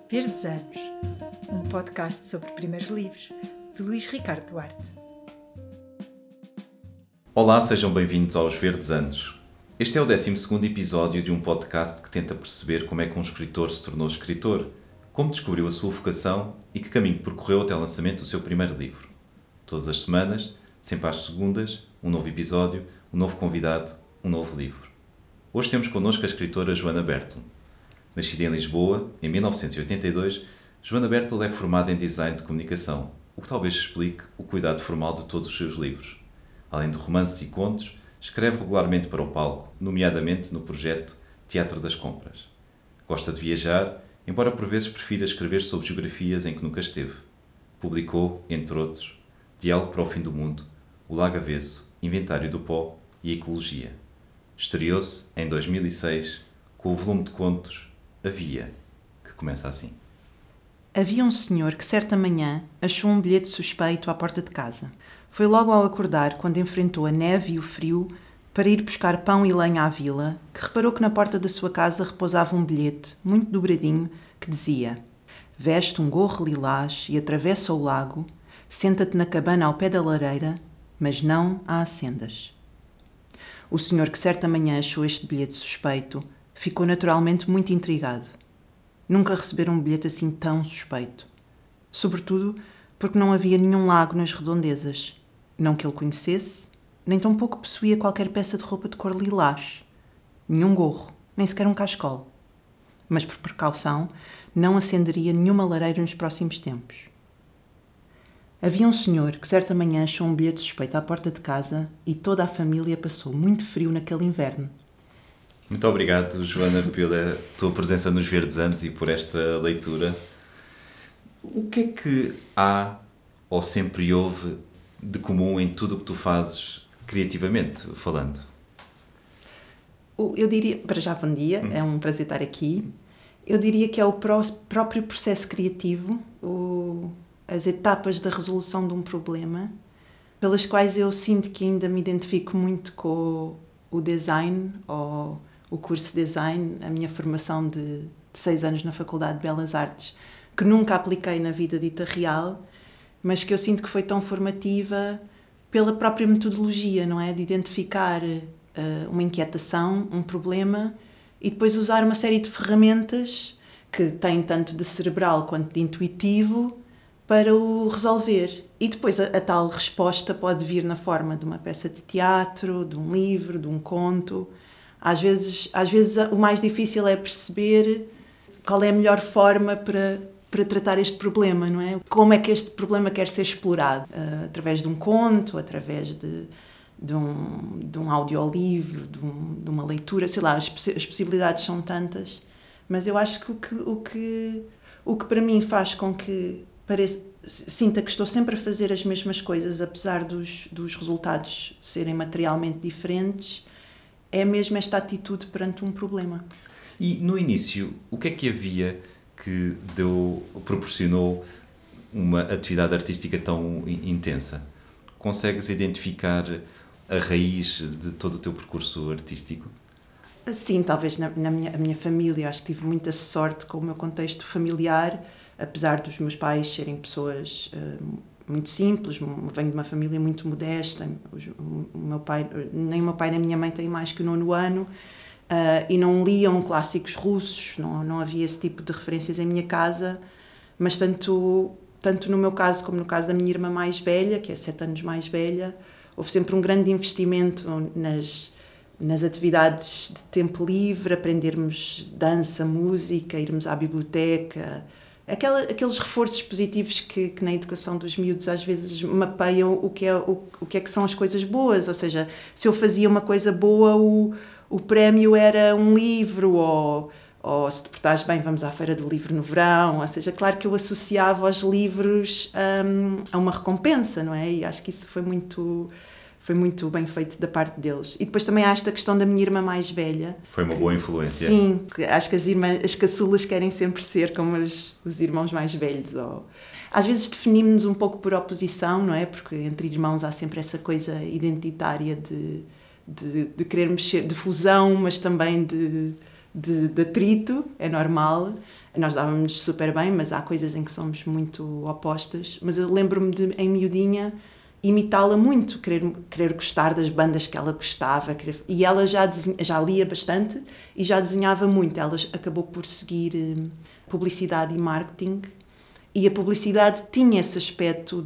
Verdes Anos, um podcast sobre primeiros livros, de Luís Ricardo Duarte. Olá, sejam bem-vindos aos Verdes Anos. Este é o 12º episódio de um podcast que tenta perceber como é que um escritor se tornou escritor, como descobriu a sua vocação e que caminho percorreu até o lançamento do seu primeiro livro. Todas as semanas, sempre às segundas, um novo episódio, um novo convidado, um novo livro. Hoje temos connosco a escritora Joana Bertel. Nascida em Lisboa, em 1982, Joana Bertel é formada em Design de Comunicação, o que talvez explique o cuidado formal de todos os seus livros. Além de romances e contos, escreve regularmente para o palco, nomeadamente no projeto Teatro das Compras. Gosta de viajar, embora por vezes prefira escrever sobre geografias em que nunca esteve. Publicou, entre outros, Diálogo para o Fim do Mundo, O Lago Avesso, Inventário do Pó e Ecologia. Estreou-se, em 2006, com o volume de contos Havia, que começa assim. Havia um senhor que certa manhã achou um bilhete suspeito à porta de casa. Foi logo ao acordar, quando enfrentou a neve e o frio, para ir buscar pão e lenha à vila, que reparou que na porta da sua casa repousava um bilhete, muito dobradinho, que dizia: veste um gorro lilás e atravessa o lago, senta-te na cabana ao pé da lareira, mas não a acendas. O senhor que certa manhã achou este bilhete suspeito ficou naturalmente muito intrigado. Nunca recebera um bilhete assim tão suspeito. Sobretudo porque não havia nenhum lago nas redondezas. Não que ele conhecesse, nem tampouco possuía qualquer peça de roupa de cor lilás. Nenhum gorro, nem sequer um cachecol. Mas por precaução, não acenderia nenhuma lareira nos próximos tempos. Havia um senhor que certa manhã achou um bilhete suspeito à porta de casa e toda a família passou muito frio naquele inverno. Muito obrigado, Joana, pela tua presença nos Verdes Anos e por esta leitura. O que é que há ou sempre houve de comum em tudo o que tu fazes, criativamente falando? Eu diria, para já, bom dia, é um prazer estar aqui. Eu diria que é o próprio processo criativo, as etapas da resolução de um problema, pelas quais eu sinto que ainda me identifico muito com o design, ou o curso de design, a minha formação de 6 anos na Faculdade de Belas Artes, que nunca apliquei na vida dita real, mas que eu sinto que foi tão formativa pela própria metodologia, não é? De identificar uma inquietação, um problema, e depois usar uma série de ferramentas que têm tanto de cerebral quanto de intuitivo para o resolver. E depois a tal resposta pode vir na forma de uma peça de teatro, de um livro, de um conto. Às vezes o mais difícil é perceber qual é a melhor forma para tratar este problema, não é? Como é que este problema quer ser explorado? Através de um conto, através de um audiolivro, de uma leitura, sei lá, as possibilidades são tantas, mas eu acho que o que para mim faz com que sinta que estou sempre a fazer as mesmas coisas, apesar dos resultados serem materialmente diferentes, é mesmo esta atitude perante um problema. E no início, o que é que havia que proporcionou uma atividade artística tão intensa? Consegues identificar a raiz de todo o teu percurso artístico? Sim, talvez a minha família. Acho que tive muita sorte com o meu contexto familiar, apesar dos meus pais serem pessoas muito simples. Venho de uma família muito modesta. Nem o meu pai nem a minha mãe têm mais que o 9º ano. E não liam clássicos russos, não havia esse tipo de referências em minha casa, mas tanto no meu caso como no caso da minha irmã mais velha, que é 7 anos mais velha, houve sempre um grande investimento nas atividades de tempo livre, aprendermos dança, música, irmos à biblioteca, aqueles reforços positivos que na educação dos miúdos às vezes mapeiam o que é que são as coisas boas. Ou seja, se eu fazia uma coisa boa, o prémio era um livro, ou se te portares bem, vamos à feira do livro no verão. Ou seja, claro que eu associava os livros a uma recompensa, não é? E acho que isso foi muito bem feito da parte deles. E depois também há esta questão da minha irmã mais velha. Foi uma boa influência. Sim, acho que as caçulas querem sempre ser como os irmãos mais velhos. Às vezes definimos-nos um pouco por oposição, não é? Porque entre irmãos há sempre essa coisa identitária de querermos ser de fusão, mas também de atrito, é normal. Nós dávamos super bem, mas há coisas em que somos muito opostas. Mas eu lembro-me de, em miudinha, imitá-la muito, querer gostar das bandas que ela gostava. E ela já lia bastante e já desenhava muito. Ela acabou por seguir publicidade e marketing. E a publicidade tinha esse aspecto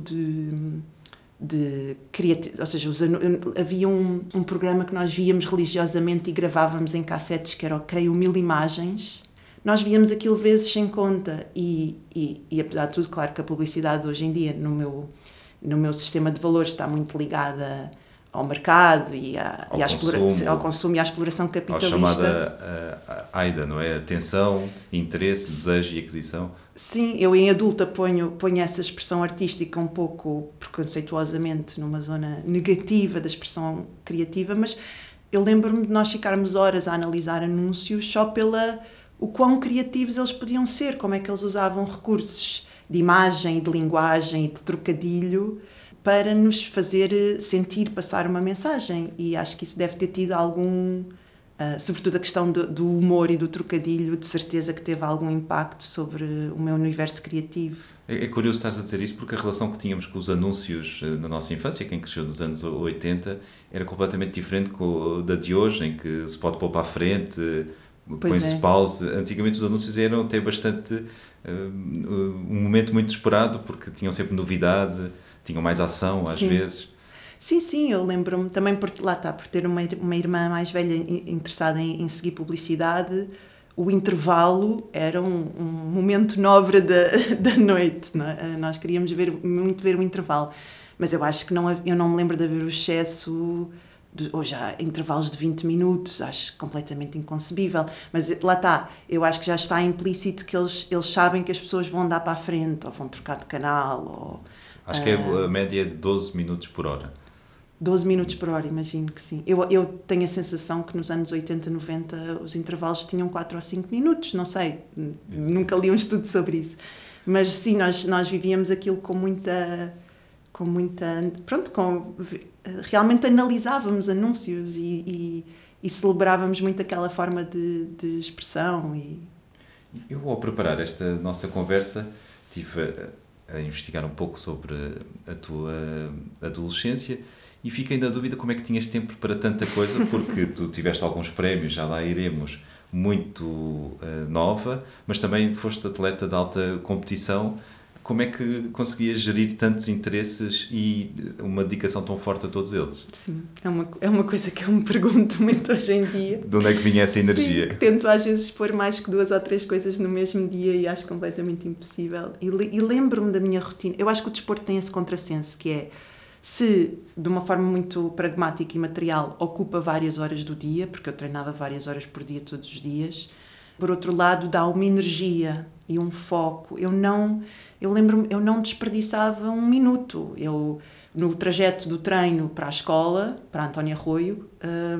de criativo. Ou seja, havia um programa que nós víamos religiosamente e gravávamos em cassetes, que era, creio, 1000 imagens. Nós víamos aquilo vezes sem conta e apesar de tudo, claro que a publicidade hoje em dia, no meu sistema de valores, está muito ligada ao mercado ao consumo e à exploração capitalista. Ao chamada AIDA, não é? Atenção, interesse, desejo e aquisição. Sim, eu em adulta ponho essa expressão artística um pouco preconceituosamente numa zona negativa da expressão criativa, mas eu lembro-me de nós ficarmos horas a analisar anúncios só o quão criativos eles podiam ser, como é que eles usavam recursos de imagem, de linguagem e de trocadilho para nos fazer sentir, passar uma mensagem. E acho que isso deve ter tido algum... sobretudo a questão do humor e do trocadilho, de certeza que teve algum impacto sobre o meu universo criativo. É curioso estás a dizer isso, porque a relação que tínhamos com os anúncios na nossa infância, quem cresceu nos anos 80, era completamente diferente da de hoje, em que se pode pôr para a frente, põe-se pause. Antigamente os anúncios eram até bastante... um momento muito esperado, porque tinham sempre novidade, tinham mais ação às vezes. Sim, eu lembro-me também por ter uma irmã mais velha interessada em seguir publicidade. O intervalo era um momento nobre da noite, não é? Nós queríamos muito ver o intervalo, mas eu acho que eu não me lembro de haver o excesso ou já intervalos de 20 minutos, acho completamente inconcebível, mas eu acho que já está implícito que eles sabem que as pessoas vão andar para a frente ou vão trocar de canal. Acho que a média é 12 minutos por hora. 12 minutos por hora, imagino que sim. Eu tenho a sensação que nos anos 80, 90 os intervalos tinham 4 ou 5 minutos, não sei, nunca li um estudo sobre isso. Mas sim, nós vivíamos aquilo com muita realmente analisávamos anúncios e celebrávamos muito aquela forma de expressão. Eu, ao preparar esta nossa conversa, estive a investigar um pouco sobre a tua adolescência e fiquei na dúvida como é que tinhas tempo para tanta coisa, porque tu tiveste alguns prémios, já lá iremos, muito nova, mas também foste atleta de alta competição. Como é que conseguias gerir tantos interesses e uma dedicação tão forte a todos eles? Sim, é uma coisa que eu me pergunto muito hoje em dia. De onde é que vinha essa energia? Sim, tento às vezes pôr mais que 2 ou 3 coisas no mesmo dia e acho completamente impossível. E lembro-me da minha rotina. Eu acho que o desporto tem esse contrassenso, que é, se de uma forma muito pragmática e material ocupa várias horas do dia, porque eu treinava várias horas por dia todos os dias, por outro lado dá uma energia e um foco. Eu lembro-me, eu não desperdiçava um minuto. No trajeto do treino para a escola, para António Arroio,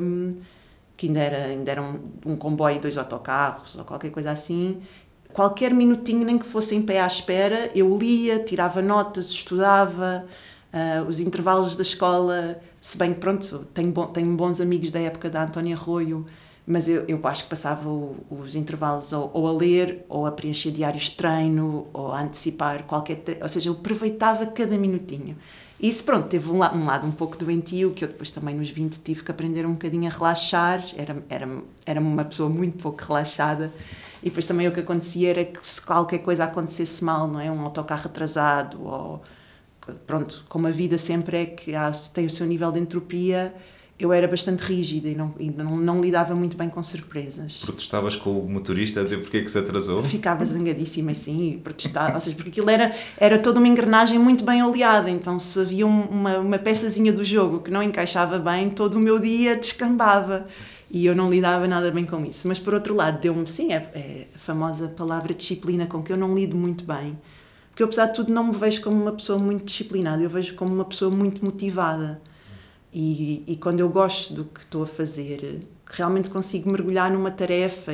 que ainda era um comboio e 2 autocarros ou qualquer coisa assim, qualquer minutinho, nem que fosse em pé à espera, eu lia, tirava notas, estudava. Os intervalos da escola, se bem que pronto, tenho bons amigos da época da António Arroio, mas eu acho que passava os intervalos ou a ler, ou a preencher diários de treino, ou a antecipar qualquer treino. Ou seja, eu aproveitava cada minutinho. E isso, pronto, teve um lado um pouco doentio, que eu depois também nos 20 tive que aprender um bocadinho a relaxar. Era uma pessoa muito pouco relaxada. E depois também o que acontecia era que se qualquer coisa acontecesse mal, não é? Um autocarro atrasado, ou... Pronto, como a vida sempre é que tem o seu nível de entropia, eu era bastante rígida e não lidava muito bem com surpresas. Protestavas com o motorista a dizer porque é que se atrasou? Ficava zangadíssima, sim, e protestava. Ou seja, porque aquilo era toda uma engrenagem muito bem oleada, então se havia uma peçazinha do jogo que não encaixava bem, todo o meu dia descambava. E eu não lidava nada bem com isso. Mas, por outro lado, deu-me, sim, é a famosa palavra disciplina, com que eu não lido muito bem. Porque eu, apesar de tudo, não me vejo como uma pessoa muito disciplinada, eu vejo como uma pessoa muito motivada. E quando eu gosto do que estou a fazer, realmente consigo mergulhar numa tarefa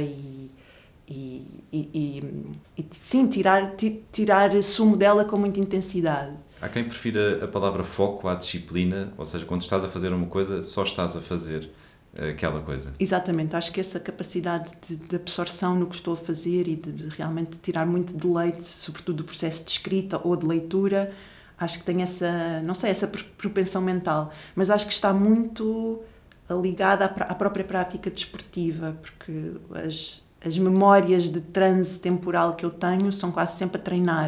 e sim, tirar sumo dela com muita intensidade. Há quem prefira a palavra foco à disciplina, ou seja, quando estás a fazer uma coisa, só estás a fazer. aquela coisa. Exatamente, acho que essa capacidade de absorção no que estou a fazer e de realmente tirar muito deleite, sobretudo do processo de escrita ou de leitura, acho que tem essa, não sei, essa propensão mental, mas acho que está muito ligada à própria prática desportiva, porque as memórias de transe temporal que eu tenho são quase sempre a treinar.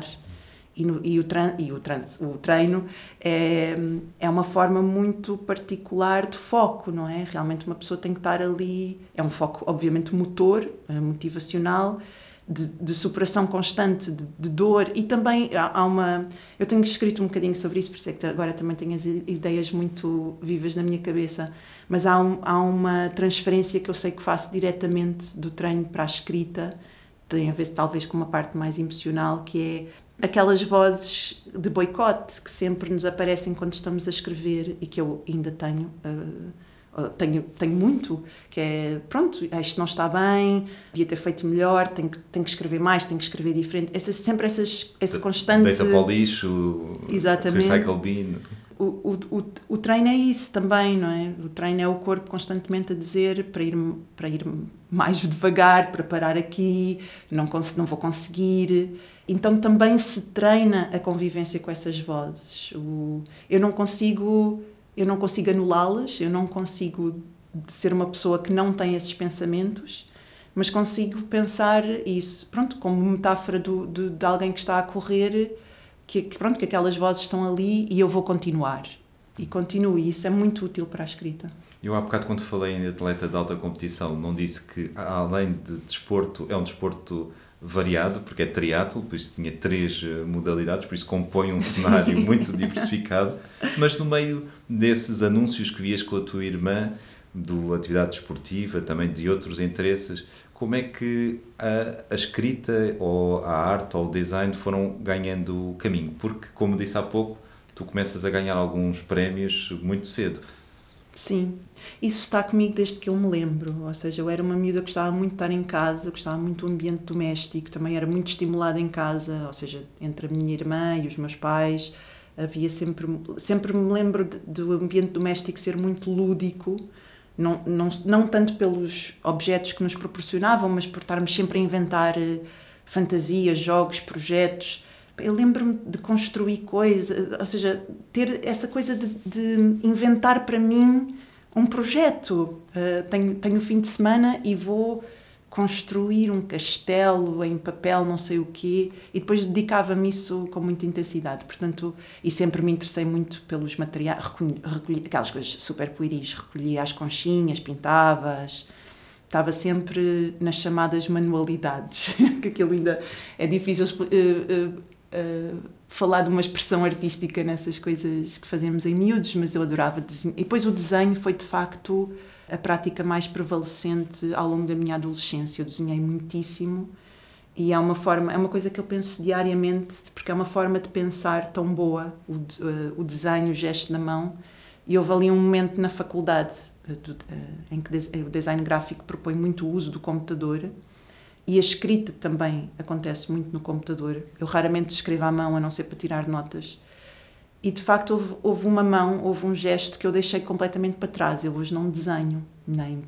O treino é uma forma muito particular de foco, não é? Realmente uma pessoa tem que estar ali, é um foco obviamente motor, motivacional, de superação constante, de dor, e também eu tenho escrito um bocadinho sobre isso, por isso é que agora também tenho as ideias muito vivas na minha cabeça, mas há uma transferência que eu sei que faço diretamente do treino para a escrita, tem a ver talvez com uma parte mais emocional, que é aquelas vozes de boicote que sempre nos aparecem quando estamos a escrever e que eu ainda tenho muito, que é, pronto, isto não está bem, devia ter feito melhor, tenho que escrever mais, tenho que escrever diferente. Sempre esse constante... Deita para o lixo, exatamente. Recycle bin. O treino é isso também, não é? O treino é o corpo constantemente a dizer para ir mais devagar, para parar aqui, não vou conseguir. Então também se treina a convivência com essas vozes. Eu não consigo anulá-las, eu não consigo ser uma pessoa que não tem esses pensamentos, mas consigo pensar isso, pronto, como metáfora de alguém que está a correr, que aquelas vozes estão ali e eu vou continuar. E continuo, e isso é muito útil para a escrita. Eu há bocado, quando falei em atleta de alta competição, não disse que, além de desporto, é um desporto variado, porque é triatlo, por isso tinha 3 modalidades, por isso compõe um cenário muito diversificado, mas no meio desses anúncios que vias com a tua irmã, da atividade desportiva, também de outros interesses, como é que a escrita ou a arte ou o design foram ganhando caminho? Porque, como disse há pouco, tu começas a ganhar alguns prémios muito cedo. Sim, isso está comigo desde que eu me lembro, ou seja, eu era uma miúda que gostava muito de estar em casa, gostava muito do ambiente doméstico, também era muito estimulada em casa, ou seja, entre a minha irmã e os meus pais, havia sempre me lembro do ambiente doméstico ser muito lúdico, não tanto pelos objetos que nos proporcionavam, mas por estarmos sempre a inventar fantasias, jogos, projetos. Eu lembro-me de construir coisas, ou seja, ter essa coisa de inventar para mim um projeto. Tenho fim de semana e vou construir um castelo em papel, não sei o quê, e depois dedicava-me isso com muita intensidade. Portanto, e sempre me interessei muito pelos materiais, recolhi aquelas coisas super pueris, recolhia as conchinhas, pintava-as. Estava sempre nas chamadas manualidades, que aquilo ainda é difícil falar de uma expressão artística nessas coisas que fazemos em miúdos, mas eu adorava desenhar. E depois o desenho foi, de facto, a prática mais prevalecente ao longo da minha adolescência. Eu desenhei muitíssimo e é uma coisa que eu penso diariamente, porque é uma forma de pensar tão boa, o desenho, o gesto na mão. E houve ali um momento na faculdade em que o design gráfico propõe muito o uso do computador e a escrita também acontece muito no computador. Eu raramente escrevo à mão, a não ser para tirar notas. E, de facto, houve um gesto que eu deixei completamente para trás. Eu hoje não desenho, nem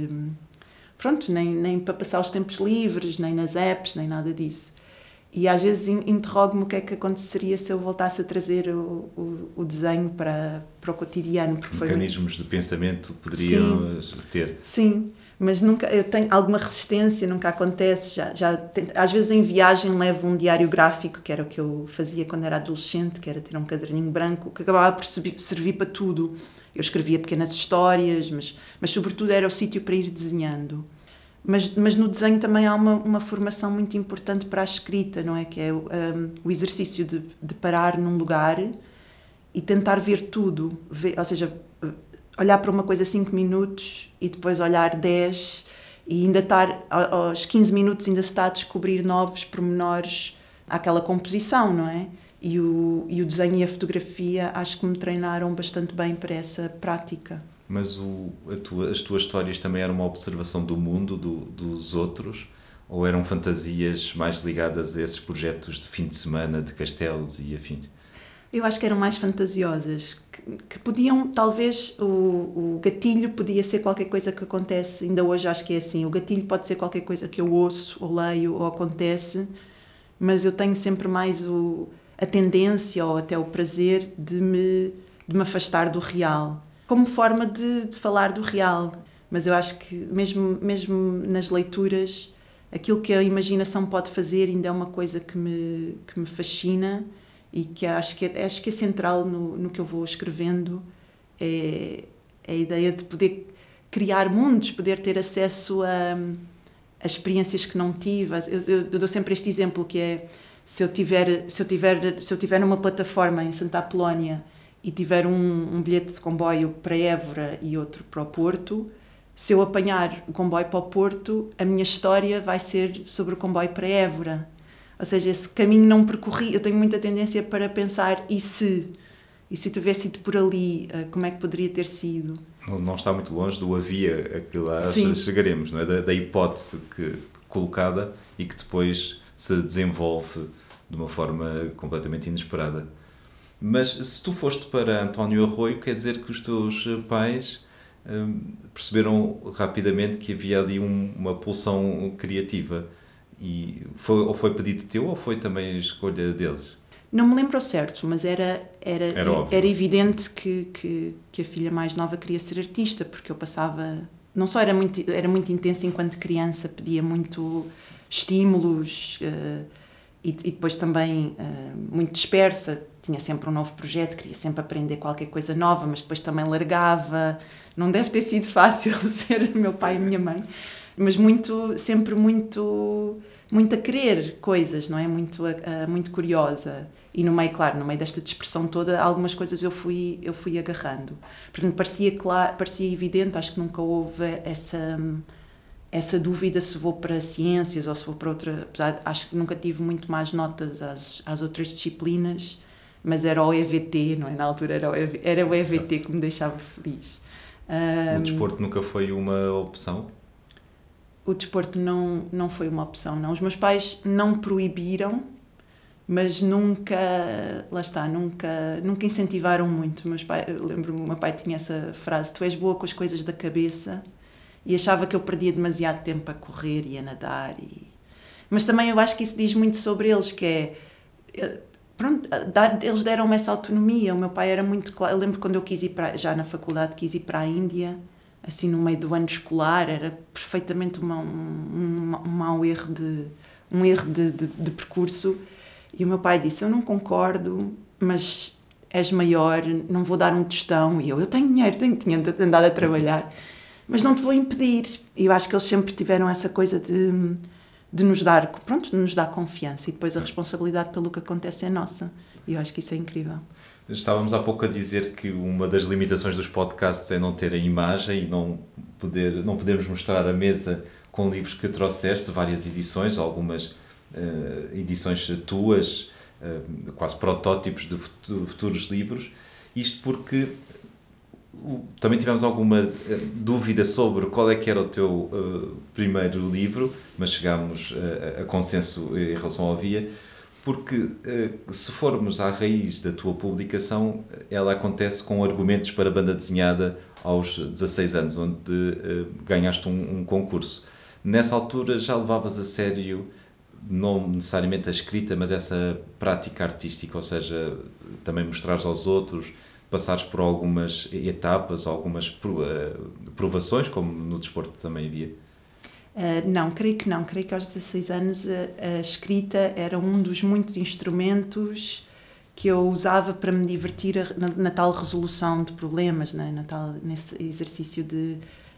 para passar os tempos livres, nem nas apps, nem nada disso. E às vezes interrogo-me o que é que aconteceria se eu voltasse a trazer o desenho para o cotidiano. Porque mecanismos de pensamento poderiam ter. Sim, mas nunca, eu tenho alguma resistência, nunca acontece. Às vezes em viagem levo um diário gráfico, que era o que eu fazia quando era adolescente, que era ter um caderninho branco, que acabava por servir para tudo. Eu escrevia pequenas histórias, mas sobretudo era o sítio para ir desenhando. Mas no desenho também há uma formação muito importante para a escrita, não é? Que é o exercício de parar num lugar e tentar ver tudo. Ou seja, olhar para uma coisa 5 minutos e depois olhar 10 e ainda estar, aos 15 minutos ainda se está a descobrir novos pormenores àquela composição, não é? E o desenho e a fotografia acho que me treinaram bastante bem para essa prática. Mas as tuas histórias também eram uma observação do mundo, dos outros? Ou eram fantasias mais ligadas a esses projetos de fim de semana, de castelos e afins? Eu acho que eram mais fantasiosas, que podiam, talvez, o gatilho podia ser qualquer coisa que acontece, ainda hoje acho que é assim, o gatilho pode ser qualquer coisa que eu ouço, ou leio, ou acontece, mas eu tenho sempre mais a tendência, ou até o prazer, de me afastar do real, como forma de falar do real. Mas eu acho que, mesmo nas leituras, aquilo que a imaginação pode fazer ainda é uma coisa que me fascina, e que acho que é central no que eu vou escrevendo, é a ideia de poder criar mundos, poder ter acesso a experiências que não tive. Eu dou sempre este exemplo, que é, se eu tiver numa plataforma em Santa Apolónia e tiver um bilhete de comboio para Évora e outro para o Porto, se eu apanhar o comboio para o Porto, a minha história vai ser sobre o comboio para Évora. Ou seja, esse caminho não percorri. Eu tenho muita tendência para pensar, e se tivesse ido por ali, como é que poderia ter sido? Não está muito longe do havia a que lá Sim. chegaremos, não é? Da hipótese colocada e que depois se desenvolve de uma forma completamente inesperada. Mas se tu foste para António Arroio, quer dizer que os teus pais perceberam rapidamente que havia ali uma pulsão criativa. E foi pedido teu ou foi também a escolha deles? Não me lembro ao certo, mas era evidente que a filha mais nova queria ser artista, porque eu passava... Não só era muito intensa enquanto criança, pedia muito estímulos, e depois também muito dispersa, tinha sempre um novo projeto, queria sempre aprender qualquer coisa nova, mas depois também largava. Não deve ter sido fácil ser meu pai e minha mãe, mas sempre muito a querer coisas, não é? Muito curiosa. E no meio desta dispersão toda, algumas coisas eu fui agarrando. Portanto, parecia evidente, acho que nunca houve essa dúvida se vou para ciências ou se vou para outra... Acho que nunca tive muito mais notas às outras disciplinas, mas era o EVT, não é? Na altura era o EVT que me deixava feliz. O desporto nunca foi uma opção? O desporto não foi uma opção, não. Os meus pais não proibiram, mas nunca incentivaram muito. Eu lembro-me, o meu pai tinha essa frase: tu és boa com as coisas da cabeça, e achava que eu perdia demasiado tempo a correr e a nadar. Mas também eu acho que isso diz muito sobre eles, que é... Pronto, eles deram-me essa autonomia. O meu pai era muito claro. Eu lembro quando eu já na faculdade, quis ir para a Índia, assim no meio do ano escolar, era perfeitamente um erro de percurso, e o meu pai disse: eu não concordo, mas és maior, não vou dar um tostão, e eu tenho dinheiro, tinha andado a trabalhar, mas não te vou impedir. E eu acho que eles sempre tiveram essa coisa de nos dar confiança, e depois a responsabilidade pelo que acontece é nossa, e eu acho que isso é incrível. Estávamos há pouco a dizer que uma das limitações dos podcasts é não ter a imagem e não podermos mostrar a mesa com livros que trouxeste, várias edições, algumas edições tuas, quase protótipos de futuros livros. Isto porque também tivemos alguma dúvida sobre qual é que era o teu primeiro livro, mas chegámos a consenso em relação ao Via. Porque se formos à raiz da tua publicação, ela acontece com argumentos para banda desenhada aos 16 anos, onde ganhaste um concurso. Nessa altura já levavas a sério, não necessariamente a escrita, mas essa prática artística, ou seja, também mostrares aos outros, passares por algumas etapas, algumas provações, como no desporto também havia? Não, creio que não. Creio que aos 16 anos a escrita era um dos muitos instrumentos que eu usava para me divertir na tal resolução de problemas, né? Nesse exercício de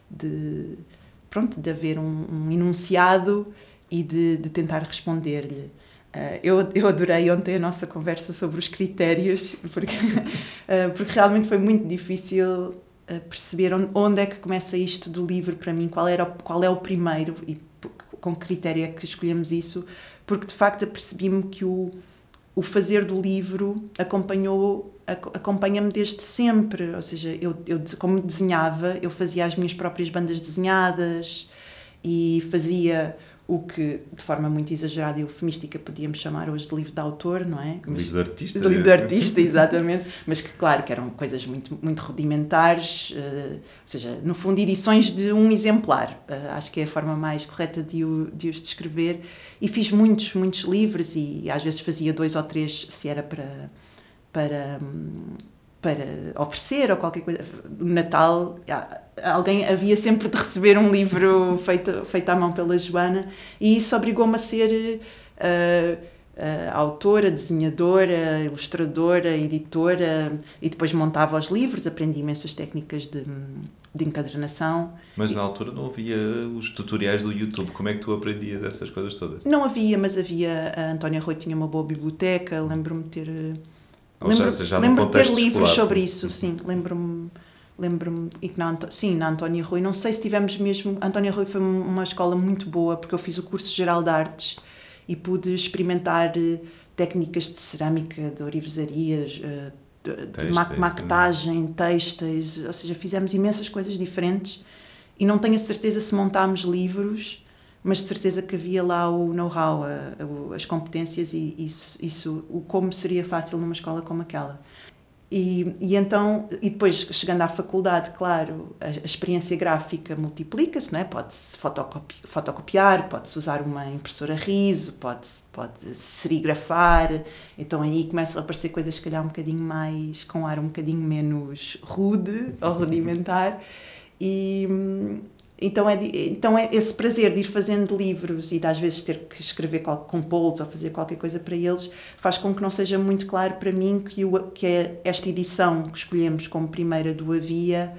haver um enunciado e de tentar responder-lhe. Eu adorei ontem a nossa conversa sobre os critérios, porque realmente foi muito difícil perceber onde é que começa isto do livro para mim, qual é o primeiro e com que critério é que escolhemos isso, porque de facto apercebi-me que o fazer do livro acompanha-me desde sempre. Ou seja, eu como desenhava, eu fazia as minhas próprias bandas desenhadas e fazia o que, de forma muito exagerada e eufemística, podíamos chamar hoje de livro de autor, não é? Livro de artista. Livro de artista, exatamente. Mas que, claro, que eram coisas muito, muito rudimentares, ou seja, no fundo, edições de um exemplar. Acho que é a forma mais correta de os descrever. E fiz muitos livros e às vezes fazia 2 ou 3 se era para oferecer ou qualquer coisa. No Natal, havia sempre de receber um livro feito à mão pela Joana, e isso obrigou-me a ser autora, desenhadora, ilustradora, editora, e depois montava os livros, aprendi imensas técnicas de encadernação. Mas na altura não havia os tutoriais do YouTube, como é que tu aprendias essas coisas todas? Não havia, mas havia, a Antónia Rui tinha uma boa biblioteca, lembro-me de ter... Lembro de ter livros escolar. sobre isso, sim, lembro-me e que na Antónia Rui, não sei se tivemos mesmo, a Antónia Rui foi uma escola muito boa, porque eu fiz o curso geral de artes e pude experimentar técnicas de cerâmica, de ourivesaria, de maquetagem, têxteis, ou seja, fizemos imensas coisas diferentes e não tenho a certeza se montámos livros, mas de certeza que havia lá o know-how, as competências e isso, como seria fácil numa escola como aquela. Então, e depois, chegando à faculdade, claro, a experiência gráfica multiplica-se, não é? Pode-se fotocopiar, pode-se usar uma impressora riso, pode-se serigrafar, então aí começam a aparecer coisas, se calhar, um bocadinho mais, com ar um bocadinho menos rude ou rudimentar, Então é esse prazer de ir fazendo livros e de às vezes ter que escrever compô-los ou fazer qualquer coisa para eles, faz com que não seja muito claro para mim que esta edição que escolhemos como primeira do Havia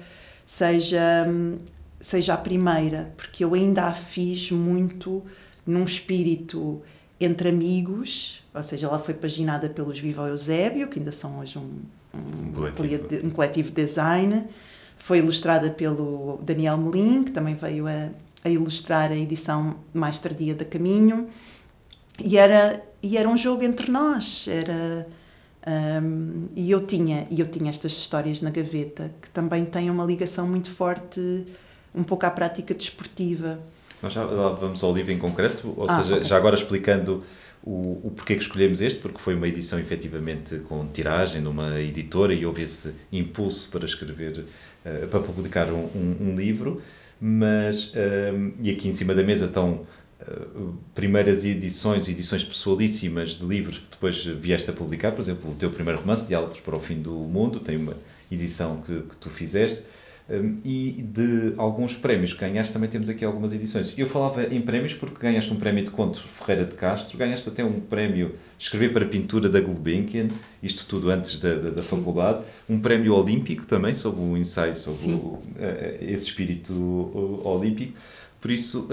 seja a primeira, porque eu ainda a fiz muito num espírito entre amigos, ou seja, ela foi paginada pelos Viva Eusébio, que ainda são hoje um coletivo de design. Foi ilustrada pelo Daniel Melim, que também veio a ilustrar a edição mais tardia da Caminho. E era um jogo entre nós. E eu tinha estas histórias na gaveta, que também têm uma ligação muito forte, um pouco à prática desportiva. Nós já vamos ao livro em concreto, ou seja, okay. Já agora explicando o porquê que escolhemos este, porque foi uma edição efetivamente com tiragem numa editora e houve esse impulso para escrever, para publicar um livro, mas, e aqui em cima da mesa estão primeiras edições pessoalíssimas de livros que depois vieste a publicar, por exemplo, o teu primeiro romance, Diálogos para o Fim do Mundo, tem uma edição que tu fizeste, e de alguns prémios que ganhaste, também temos aqui algumas edições. Eu falava em prémios porque ganhaste um prémio de conto Ferreira de Castro, ganhaste até um prémio Escrever para Pintura da Gulbenkian, isto tudo antes da faculdade, um prémio olímpico também, sobre o ensaio sobre esse espírito olímpico. Por isso,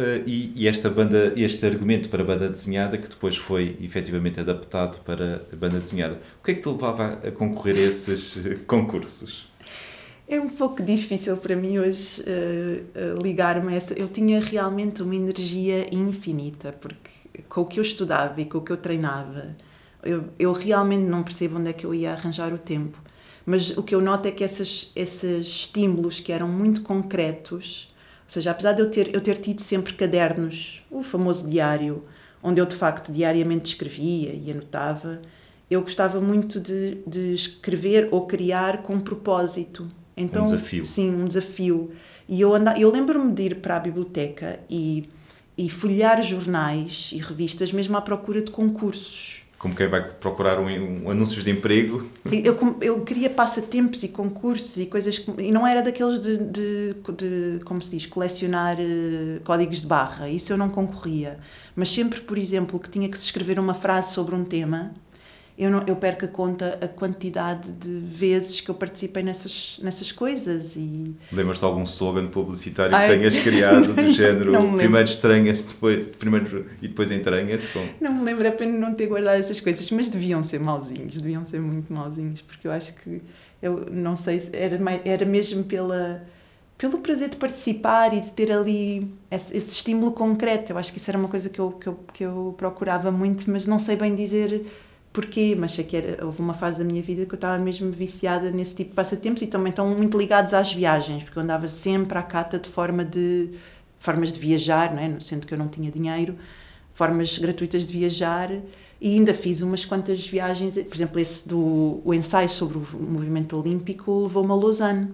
este argumento para a banda desenhada, que depois foi efetivamente adaptado para a banda desenhada. O que é que te levava a concorrer a esses concursos? É um pouco difícil para mim hoje ligar-me a essa. Eu tinha realmente uma energia infinita, porque com o que eu estudava e com o que eu treinava, eu realmente não percebo onde é que eu ia arranjar o tempo. Mas o que eu noto é que esses estímulos que eram muito concretos, ou seja, apesar de eu ter tido sempre cadernos, o famoso diário, onde eu de facto diariamente escrevia e anotava, eu gostava muito de escrever ou criar com propósito. Então, um desafio. Sim, um desafio. E eu lembro-me de ir para a biblioteca e folhear jornais e revistas mesmo à procura de concursos. Como quem vai procurar anúncios de emprego. Eu queria passatempos e concursos e coisas... E não era daqueles de como se diz, colecionar códigos de barra. Isso eu não concorria. Mas sempre, por exemplo, que tinha que se escrever uma frase sobre um tema... Eu perco a conta a quantidade de vezes que eu participei nessas coisas. Lembras-te de algum slogan publicitário que tenhas criado do género primeiro estranha-se e depois entranha-se? Não me lembro, é pena não ter guardado essas coisas, mas deviam ser mauzinhos, deviam ser muito mauzinhos, porque eu acho que, eu não sei, era mesmo pelo prazer de participar e de ter ali esse estímulo concreto. Eu acho que isso era uma coisa que eu procurava muito, mas não sei bem dizer... Porquê? Mas sei que houve uma fase da minha vida que eu estava mesmo viciada nesse tipo de passatempos e também estão muito ligados às viagens, porque eu andava sempre à cata de forma de formas de viajar, não é? Sendo que eu não tinha dinheiro, formas gratuitas de viajar, e ainda fiz umas quantas viagens, por exemplo, o ensaio sobre o movimento olímpico levou-me a Lausanne.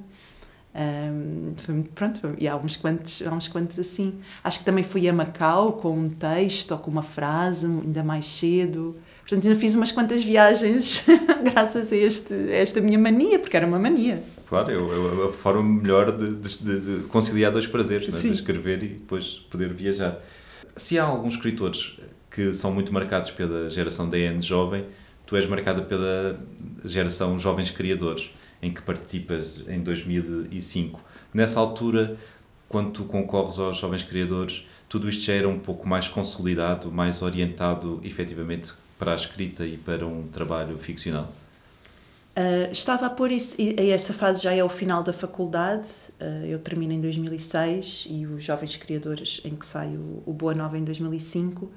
Pronto, e há uns quantos assim. Acho que também fui a Macau com um texto ou com uma frase, ainda mais cedo. Portanto, ainda fiz umas quantas viagens graças a esta minha mania, porque era uma mania. Claro, é a forma melhor de conciliar dois prazeres, não é? De escrever e depois poder viajar. Se há alguns escritores que são muito marcados pela geração DN jovem, tu és marcada pela geração Jovens Criadores, em que participas em 2005. Nessa altura, quando tu concorres aos Jovens Criadores, tudo isto já era um pouco mais consolidado, mais orientado efetivamente para a escrita e para um trabalho ficcional? Estava a pôr isso, e essa fase já é o final da faculdade. Eu termino em 2006 e os Jovens Criadores, em que sai o Boa Nova em 2005.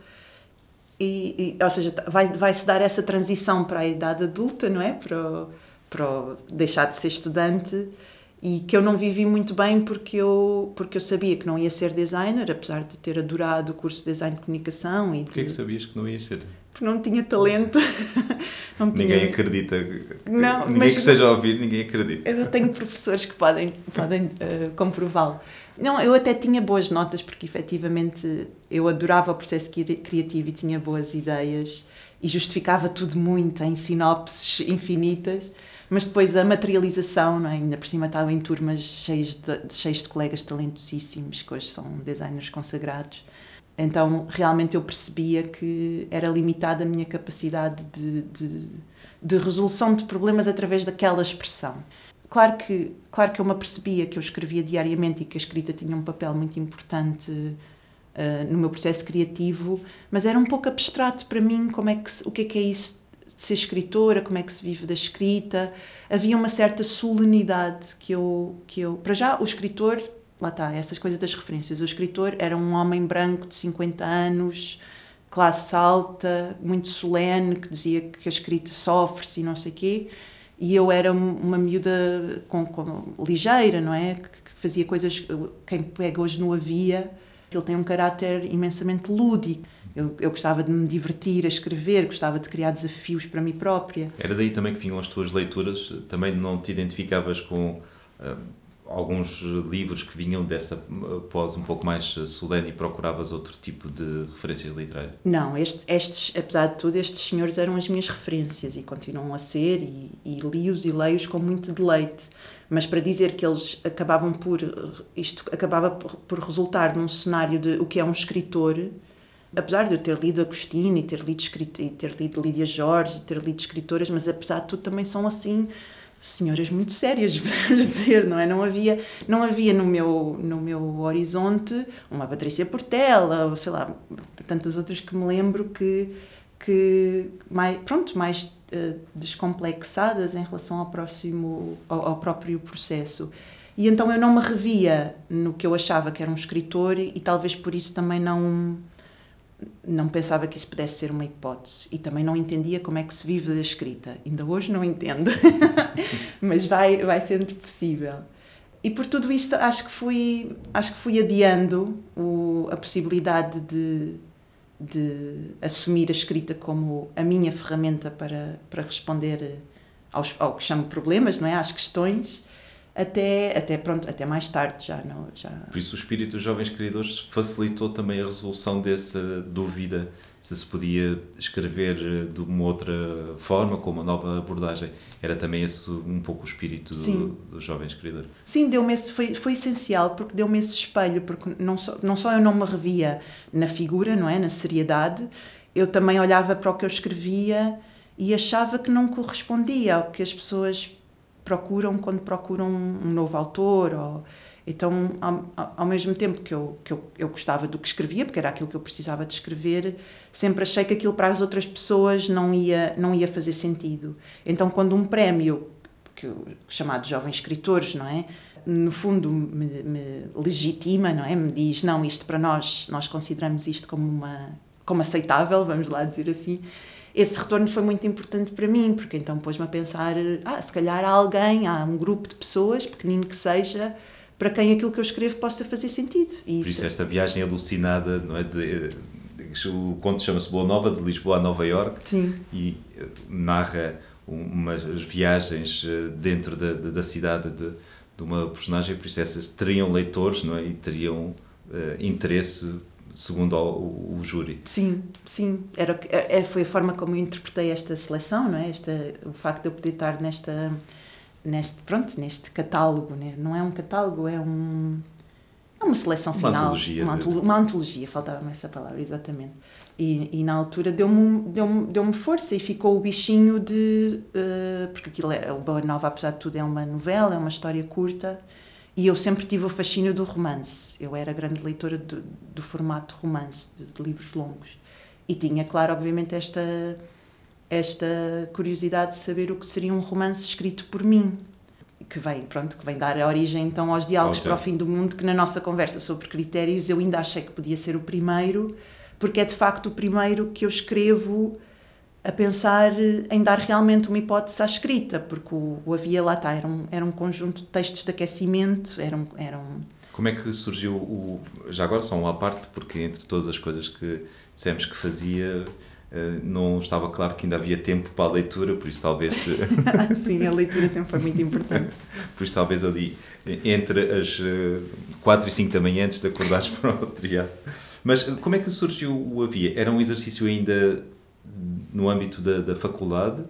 Ou seja, vai-se dar essa transição para a idade adulta, não é? Para deixar de ser estudante, e que eu não vivi muito bem porque eu sabia que não ia ser designer, apesar de ter adorado o curso de Design de Comunicação. Porquê é que sabias que não ia ser? Porque não tinha talento. Ninguém acredita. Não, ninguém que esteja a ouvir, ninguém acredita. Eu tenho professores que podem comprová-lo. Não, eu até tinha boas notas, porque efetivamente eu adorava o processo criativo e tinha boas ideias e justificava tudo muito em sinopses infinitas, mas depois a materialização, não é? Ainda por cima estava em turmas cheias de colegas talentosíssimos, que hoje são designers consagrados. Então realmente eu percebia que era limitada a minha capacidade de resolução de problemas através daquela expressão. Claro que eu me apercebia que eu escrevia diariamente e que a escrita tinha um papel muito importante no meu processo criativo, mas era um pouco abstrato para mim o que é isso de ser escritora, como é que se vive da escrita. Havia uma certa solenidade que eu... Para já, o escritor... Lá está, essas coisas das referências. O escritor era um homem branco de 50 anos, classe alta, muito solene, que dizia que a escrita sofre-se e não sei o quê. E eu era uma miúda ligeira, não é? Que fazia coisas... Quem pega hoje no Havia, ele tem um caráter imensamente lúdico. Eu gostava de me divertir a escrever, gostava de criar desafios para mim própria. Era daí também que vinham as tuas leituras? Também não te identificavas com alguns livros que vinham dessa pós um pouco mais solene e procuravas outro tipo de referências literárias? Não, estes, apesar de tudo, estes senhores eram as minhas referências e continuam a ser, e li-os e leio-os com muito deleite. Mas para dizer que eles acabavam isto acabava por resultar num cenário de o que é um escritor, apesar de eu ter lido Agostinho e ter lido Lídia Jorge e ter lido escritoras, mas apesar de tudo também são assim senhoras muito sérias, vamos dizer, não é? Não havia no meu horizonte uma Patrícia Portela, ou sei lá, tantas outras que me lembro que mais descomplexadas em relação ao próprio processo. E então eu não me revia no que eu achava que era um escritor e talvez por isso também não pensava que isso pudesse ser uma hipótese, e também não entendia como é que se vive da escrita. Ainda hoje não entendo, mas vai sendo possível. E por tudo isto acho que fui adiando a possibilidade de assumir a escrita como a minha ferramenta para responder ao que chamo problemas, não é? Às questões, até mais tarde já. Por isso o espírito dos Jovens Criadores facilitou também a resolução dessa dúvida se podia escrever de uma outra forma, com uma nova abordagem. Era também esse um pouco o espírito dos Jovens Criadores. Sim, foi essencial, porque deu-me esse espelho, porque não só eu não me revia na figura, não é? Na seriedade, eu também olhava para o que eu escrevia e achava que não correspondia ao que as pessoas procuram quando procuram um novo autor. Então, ao mesmo tempo que eu gostava do que escrevia, porque era aquilo que eu precisava de escrever, sempre achei que aquilo para as outras pessoas não ia fazer sentido. Então, quando um prémio, chamado Jovens Escritores, não é? No fundo me legitima, não é? Me diz, não, isto para nós consideramos isto como aceitável, vamos lá dizer assim. Esse retorno foi muito importante para mim, porque então pôs-me a pensar, se calhar há um grupo de pessoas, pequenino que seja, para quem aquilo que eu escrevo possa fazer sentido. Por isso esta viagem alucinada, não é? O conto chama-se Boa Nova, de Lisboa a Nova Iorque. Sim. E narra umas viagens dentro da cidade de uma personagem, por isso essas teriam leitores, não é? E teriam interesse segundo o júri. Sim. Foi a forma como eu interpretei esta seleção, não é? O facto de eu poder estar neste catálogo, né? Não é um catálogo, é uma seleção final. Uma antologia, faltava-me essa palavra, exatamente. E na altura deu-me força e ficou o bichinho de... porque aquilo o Boa Nova, apesar de tudo, é uma novela, é uma história curta, e eu sempre tive o fascínio do romance. Eu era grande leitora do formato romance, de livros longos. E tinha, claro, obviamente, esta curiosidade de saber o que seria um romance escrito por mim, que vem dar origem então aos diálogos para o fim do mundo, que na nossa conversa sobre critérios eu ainda achei que podia ser o primeiro, porque é de facto o primeiro que eu escrevo a pensar em dar realmente uma hipótese à escrita, porque o Havia, lá está, era um conjunto de textos de aquecimento, Como é que surgiu já agora só à parte, porque entre todas as coisas que dissemos que fazia, não estava claro que ainda havia tempo para a leitura, por isso talvez... Sim, a leitura sempre foi muito importante. Por isso talvez ali, entre as 4 e 5 da manhã, antes de acordares para o triado. Mas como é que surgiu o Havia? Era um exercício ainda no âmbito da faculdade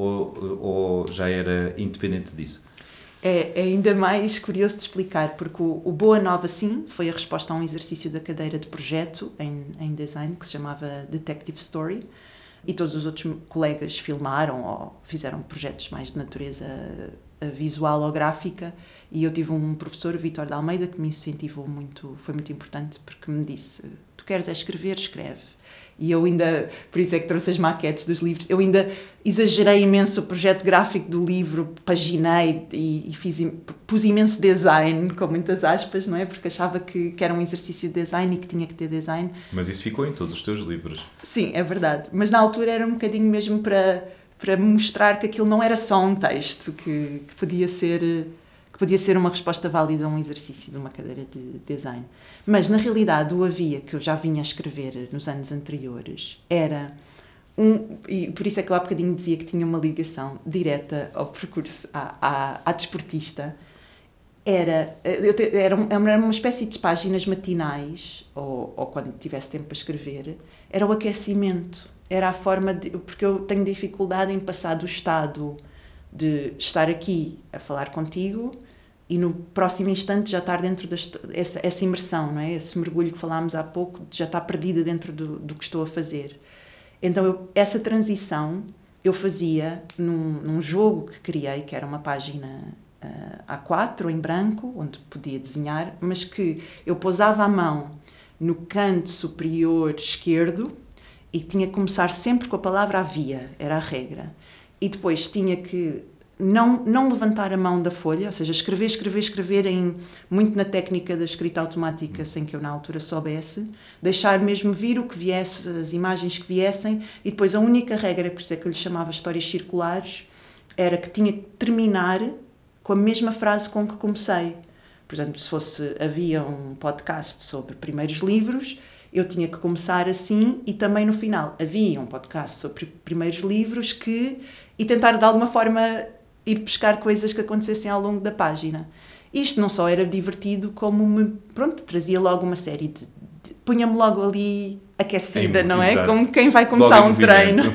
ou já era independente disso? É ainda mais curioso de explicar, porque o Boa Nova, sim, foi a resposta a um exercício da cadeira de projeto em design, que se chamava Detective Story, e todos os outros colegas filmaram ou fizeram projetos mais de natureza visual ou gráfica, e eu tive um professor, Vítor de Almeida, que me incentivou muito, foi muito importante, porque me disse: tu queres escrever, escreve. E eu ainda, por isso é que trouxe as maquetes dos livros, eu ainda exagerei imenso o projeto gráfico do livro, paginei e pus imenso design, com muitas aspas, não é? Porque achava que era um exercício de design e que tinha que ter design. Mas isso ficou em todos os teus livros. Sim, é verdade. Mas na altura era um bocadinho mesmo para mostrar que aquilo não era só um texto, que podia ser uma resposta válida a um exercício de uma cadeira de design. Mas, na realidade, o Havia, que eu já vinha a escrever nos anos anteriores, era e por isso é que eu há bocadinho dizia que tinha uma ligação direta ao percurso, à desportista. Era uma espécie de páginas matinais, ou quando tivesse tempo para escrever, era o aquecimento. Era a forma de... Porque eu tenho dificuldade em passar do estado de estar aqui a falar contigo e no próximo instante já estar dentro dessa imersão, não é? Esse mergulho que falámos há pouco, de já estar perdida dentro do que estou a fazer. Então essa transição eu fazia num jogo que criei, que era uma página A4 em branco, onde podia desenhar, mas que eu pousava a mão no canto superior esquerdo e tinha que começar sempre com a palavra havia, era a regra. E depois tinha que não levantar a mão da folha, ou seja, escrever muito na técnica da escrita automática, sem que eu na altura soubesse, deixar mesmo vir o que viesse, as imagens que viessem, e depois a única regra, por isso é que eu lhe chamava histórias circulares, era que tinha que terminar com a mesma frase com que comecei. Por exemplo, se havia um podcast sobre primeiros livros, eu tinha que começar assim, e também no final havia um podcast sobre primeiros livros e tentar de alguma forma ir buscar coisas que acontecessem ao longo da página. Isto não só era divertido, como trazia logo uma série punha-me logo ali aquecida, não é? Como quem vai começar um treino.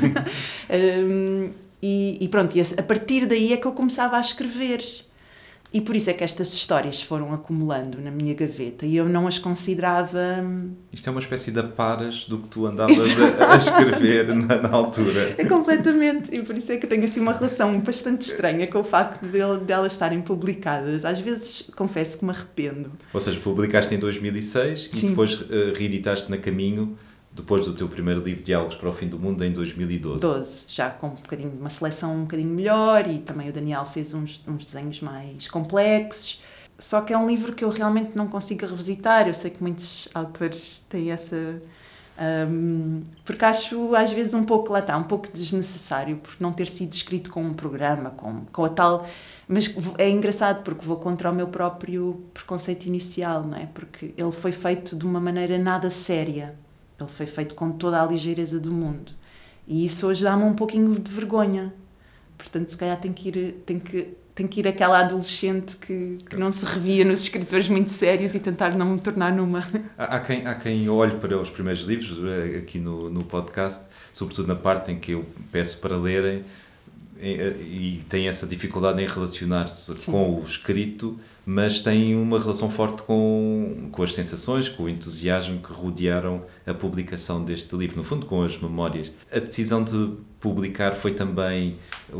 E a partir daí é que eu começava a escrever. E por isso é que estas histórias foram acumulando na minha gaveta e eu não as considerava... Isto é uma espécie de aparas do que tu andavas a escrever na altura. É completamente. E por isso é que eu tenho assim uma relação bastante estranha com o facto de elas estarem publicadas. Às vezes confesso que me arrependo. Ou seja, publicaste em 2006 Sim. E depois reeditaste na Caminho, depois do teu primeiro livro Diálogos para o Fim do Mundo, em 2012. Já com uma seleção um bocadinho melhor, e também o Daniel fez uns desenhos mais complexos. Só que é um livro que eu realmente não consigo revisitar. Eu sei que muitos autores têm essa... porque acho às vezes um pouco desnecessário, por não ter sido escrito com um programa, com a tal Mas é engraçado porque vou contra o meu próprio preconceito inicial, não é? Porque ele foi feito de uma maneira nada séria. Ele foi feito com toda a ligeireza do mundo. E isso hoje dá-me um pouquinho de vergonha. Portanto, se calhar tem que ir aquela adolescente que não se revia nos escritores muito sérios e tentar não me tornar numa. Há quem olhe para os primeiros livros aqui no podcast, sobretudo na parte em que eu peço para lerem, e tem essa dificuldade em relacionar-se com o escrito, mas tem uma relação forte com as sensações, com o entusiasmo que rodearam a publicação deste livro, no fundo com as memórias. A decisão de publicar foi também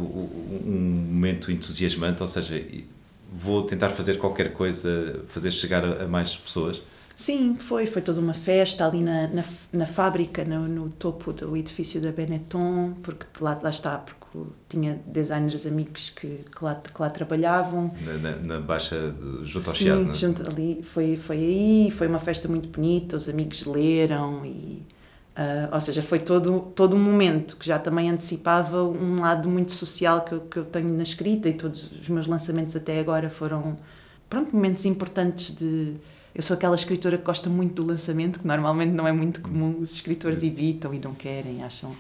um momento entusiasmante, ou seja, vou tentar fazer qualquer coisa, fazer chegar a mais pessoas? Sim, foi toda uma festa ali na fábrica, no topo do edifício da Benetton, porque lá está, porque tinha designers amigos que lá trabalhavam. Na Baixa, junto ao Sim, Chiado, não é? junto ali, foi aí, foi uma festa muito bonita, os amigos leram, ou seja, foi todo um momento que já também antecipava um lado muito social que eu tenho na escrita, e todos os meus lançamentos até agora foram, momentos importantes de... Eu sou aquela escritora que gosta muito do lançamento, que normalmente não é muito comum, os escritores evitam e não querem, acham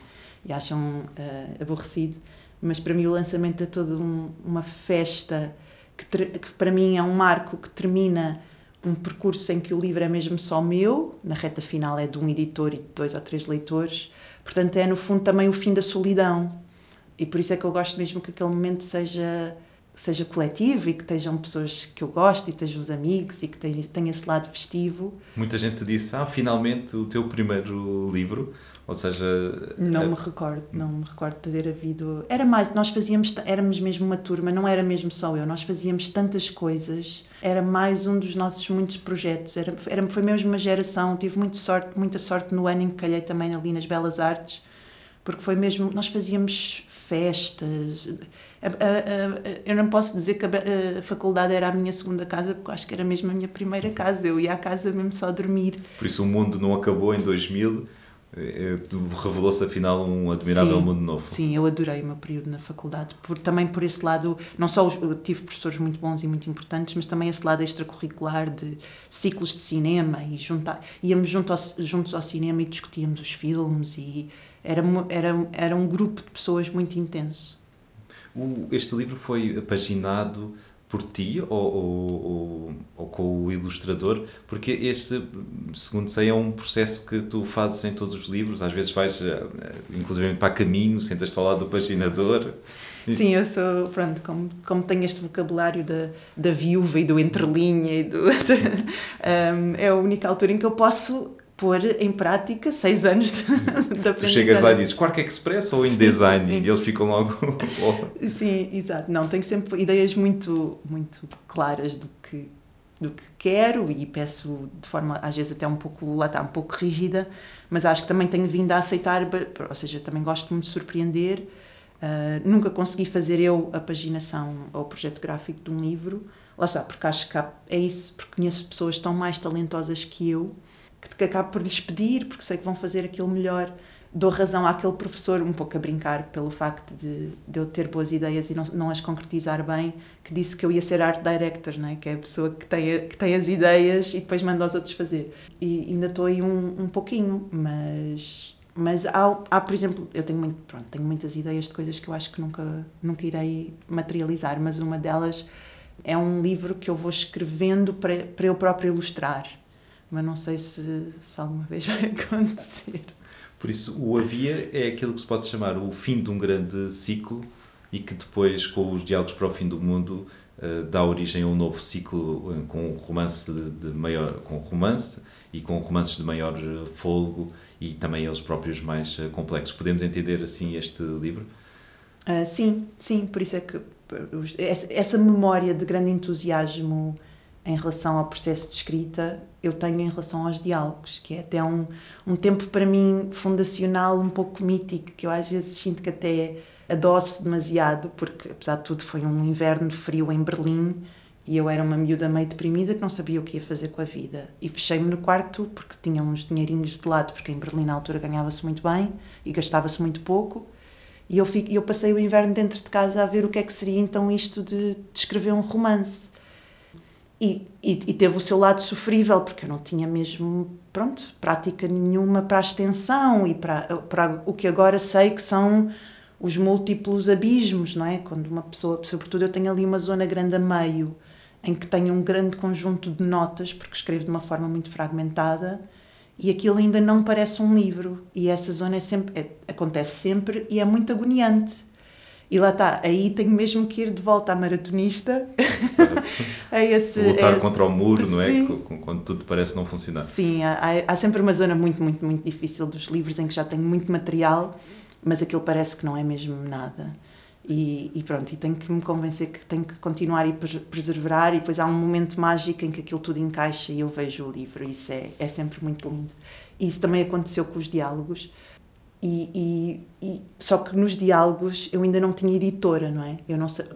aborrecido, mas para mim o lançamento é toda uma festa que para mim é um marco que termina um percurso em que o livro é mesmo só meu, na reta final é de um editor e de 2 ou 3 leitores, portanto é no fundo também o fim da solidão, e por isso é que eu gosto mesmo que aquele momento seja coletivo e que estejam pessoas que eu gosto e estejam os amigos e que tenha esse lado festivo. Muita gente disse, finalmente o teu primeiro livro, ou seja... Não me recordo de ter havido... éramos mesmo uma turma, não era mesmo só eu, nós fazíamos tantas coisas, era mais um dos nossos muitos projetos, foi mesmo uma geração, tive muita sorte no ano em que calhei também ali nas Belas Artes, porque foi mesmo, nós fazíamos festas, eu não posso dizer que a faculdade era a minha segunda casa, porque eu acho que era mesmo a minha primeira casa, eu ia à casa mesmo só dormir. Por isso o mundo não acabou em 2000, revelou-se afinal um admirável mundo novo. Sim, eu adorei o meu período na faculdade, também por esse lado, não só eu tive professores muito bons e muito importantes, mas também esse lado extracurricular de ciclos de cinema, e íamos juntos ao cinema e discutíamos os filmes, e era um grupo de pessoas muito intenso. Este livro foi paginado por ti ou com o ilustrador? Porque esse, segundo sei, é um processo que tu fazes em todos os livros. Às vezes vais, inclusive, para caminho, sentas-te ao lado do paginador. Sim, eu sou, como tenho este vocabulário da viúva e do entrelinha, é a única altura em que eu posso pôr em prática 6 anos de aprendizagem. Tu chegas lá e dizes Quark Express ou InDesign, sim. E eles ficam logo... Sim, exato. Não, tenho sempre ideias muito, muito claras do que quero, e peço de forma, às vezes até um pouco rígida, mas acho que também tenho vindo a aceitar, ou seja, também gosto muito de surpreender. Nunca consegui fazer eu a paginação ou o projeto gráfico de um livro. Lá está, porque acho que é isso, porque conheço pessoas tão mais talentosas que eu, que acabo por lhes pedir, porque sei que vão fazer aquilo melhor. Dou razão àquele professor, um pouco a brincar pelo facto de eu ter boas ideias e não as concretizar bem, que disse que eu ia ser art director, não é? Que é a pessoa que tem as ideias e depois manda aos outros fazer. E ainda estou aí um pouquinho, mas há, por exemplo, eu tenho muitas ideias de coisas que eu acho que nunca irei materializar, mas uma delas é um livro que eu vou escrevendo para eu própria ilustrar, mas não sei se alguma vez vai acontecer. Por isso, o Havia é aquilo que se pode chamar o fim de um grande ciclo, e que depois, com os Diálogos para o Fim do Mundo, dá origem a um novo ciclo com romance e com romances de maior fôlego, e também eles próprios mais complexos. Podemos entender assim este livro? Sim, por isso é que essa memória de grande entusiasmo em relação ao processo de escrita eu tenho em relação aos diálogos, que é até um tempo para mim fundacional, um pouco mítico, que eu às vezes sinto que até adoço demasiado, porque apesar de tudo foi um inverno frio em Berlim e eu era uma miúda meio deprimida que não sabia o que ia fazer com a vida, e fechei-me no quarto porque tinha uns dinheirinhos de lado, porque em Berlim na altura ganhava-se muito bem e gastava-se muito pouco, E eu passei o inverno dentro de casa a ver o que é que seria então isto de escrever um romance. E teve o seu lado sofrível, porque eu não tinha mesmo, prática nenhuma para a extensão e para o que agora sei que são os múltiplos abismos, não é? Quando uma pessoa, sobretudo eu tenho ali uma zona grande a meio, em que tenho um grande conjunto de notas, porque escrevo de uma forma muito fragmentada, e aquilo ainda não parece um livro. E essa zona acontece sempre e é muito agoniante. E lá está, aí tenho mesmo que ir de volta à maratonista. Lutar contra o muro, não é? Sim. Quando tudo parece não funcionar. Sim, há sempre uma zona muito, muito, muito difícil dos livros em que já tenho muito material, mas aquilo parece que não é mesmo nada. E pronto, e tenho que me convencer que tenho que continuar e perseverar, e depois há um momento mágico em que aquilo tudo encaixa e eu vejo o livro, e isso é sempre muito lindo. E isso também aconteceu com os diálogos. Só que nos diálogos eu ainda não tinha editora, não é?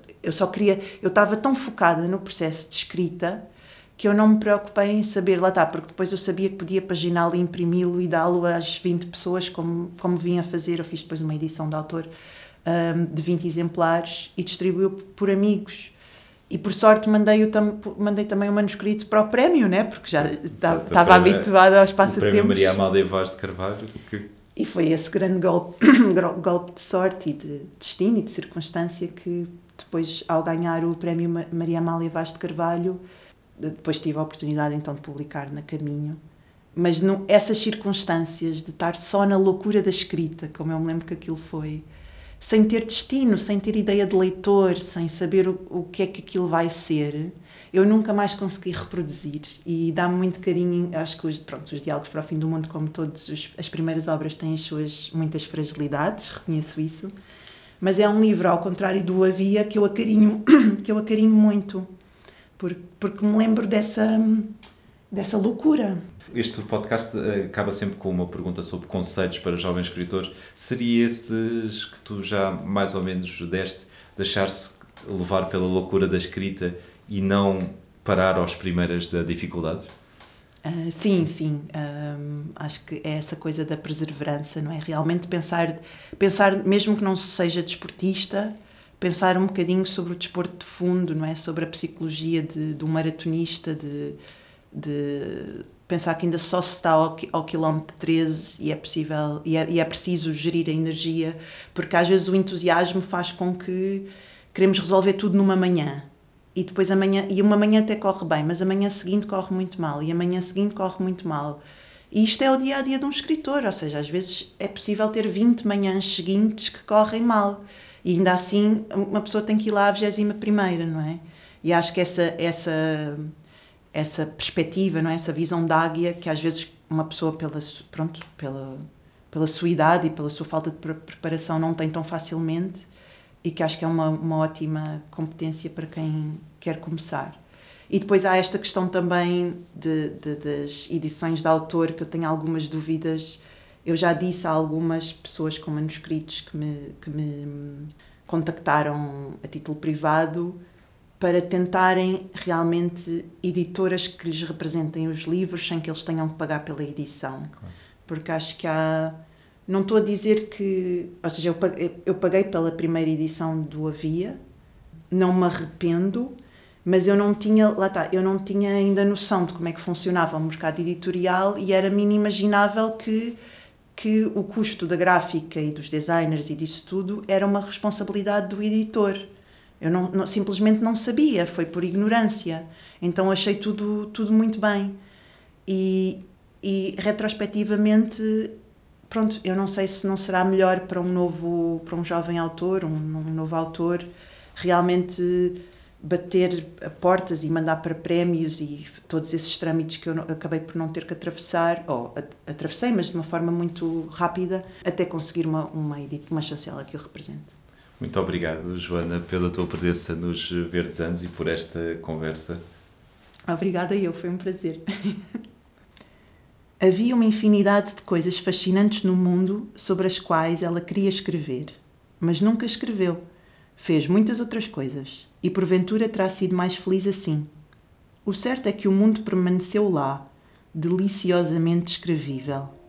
Eu estava tão focada no processo de escrita que eu não me preocupei em saber, lá está, porque depois eu sabia que podia paginá-lo e imprimi-lo e dá-lo às 20 pessoas como vim a fazer. Eu fiz depois uma edição de autor de 20 exemplares e distribuí-o por amigos. E por sorte mandei também o manuscrito para o prémio, né? Porque já estava habituada aos passatempos. O prémio Maria Amália Vaz de Carvalho. E foi esse grande golpe de sorte e de destino e de circunstância que depois, ao ganhar o prémio Maria Amália Vaz de Carvalho, depois tive a oportunidade então de publicar na Caminho. Mas essas circunstâncias de estar só na loucura da escrita, como eu me lembro que aquilo foi, sem ter destino, sem ter ideia de leitor, sem saber o que é que aquilo vai ser, eu nunca mais consegui reproduzir. E dá-me muito carinho. Acho que os diálogos para o fim do mundo, como todas as primeiras obras, têm as suas muitas fragilidades, reconheço isso, mas é um livro, ao contrário do Havia, que eu acarinho muito, porque me lembro dessa loucura. Este podcast acaba sempre com uma pergunta sobre conselhos para jovens escritores. Seria esses que tu já mais ou menos deste, deixar-se levar pela loucura da escrita e não parar aos primeiras da dificuldade? Sim. Acho que é essa coisa da perseverança, não é? Realmente pensar, mesmo que não seja desportista, pensar um bocadinho sobre o desporto de fundo, não é? Sobre a psicologia de um maratonista, de pensar que ainda só se está ao quilómetro 13 e é possível, e é preciso gerir a energia, porque às vezes o entusiasmo faz com que queremos resolver tudo numa manhã. E depois uma manhã até corre bem, mas a manhã seguinte corre muito mal, e a manhã seguinte corre muito mal. E isto é o dia-a-dia de um escritor, ou seja, às vezes é possível ter 20 manhãs seguintes que correm mal. E ainda assim, uma pessoa tem que ir lá à 21ª, não é? E acho que essa perspectiva, não é? Essa visão de águia, que às vezes uma pessoa, pela sua idade e pela sua falta de preparação, não tem tão facilmente, e que acho que é uma ótima competência para quem quer começar. E depois há esta questão também das edições de autor, que eu tenho algumas dúvidas. Eu já disse a algumas pessoas com manuscritos que me contactaram a título privado para tentarem realmente editoras que lhes representem os livros sem que eles tenham que pagar pela edição. Claro. Porque acho que há... Não estou a dizer que... Ou seja, eu paguei pela primeira edição do Havia, não me arrependo, mas eu não tinha ainda noção de como é que funcionava o mercado editorial e era-me inimaginável que o custo da gráfica e dos designers e disso tudo era uma responsabilidade do editor. Eu simplesmente não sabia, foi por ignorância. Então achei tudo muito bem. E retrospectivamente... Pronto, eu não sei se não será melhor para um jovem autor, um novo autor, realmente bater a portas e mandar para prémios e todos esses trâmites que eu acabei por não ter que atravessar, ou atravessei, mas de uma forma muito rápida, até conseguir uma chancela que eu represente. Muito obrigado, Joana, pela tua presença nos Verdes Anos e por esta conversa. Obrigada foi um prazer. Havia uma infinidade de coisas fascinantes no mundo sobre as quais ela queria escrever, mas nunca escreveu. Fez muitas outras coisas, e porventura terá sido mais feliz assim. O certo é que o mundo permaneceu lá, deliciosamente escrevível.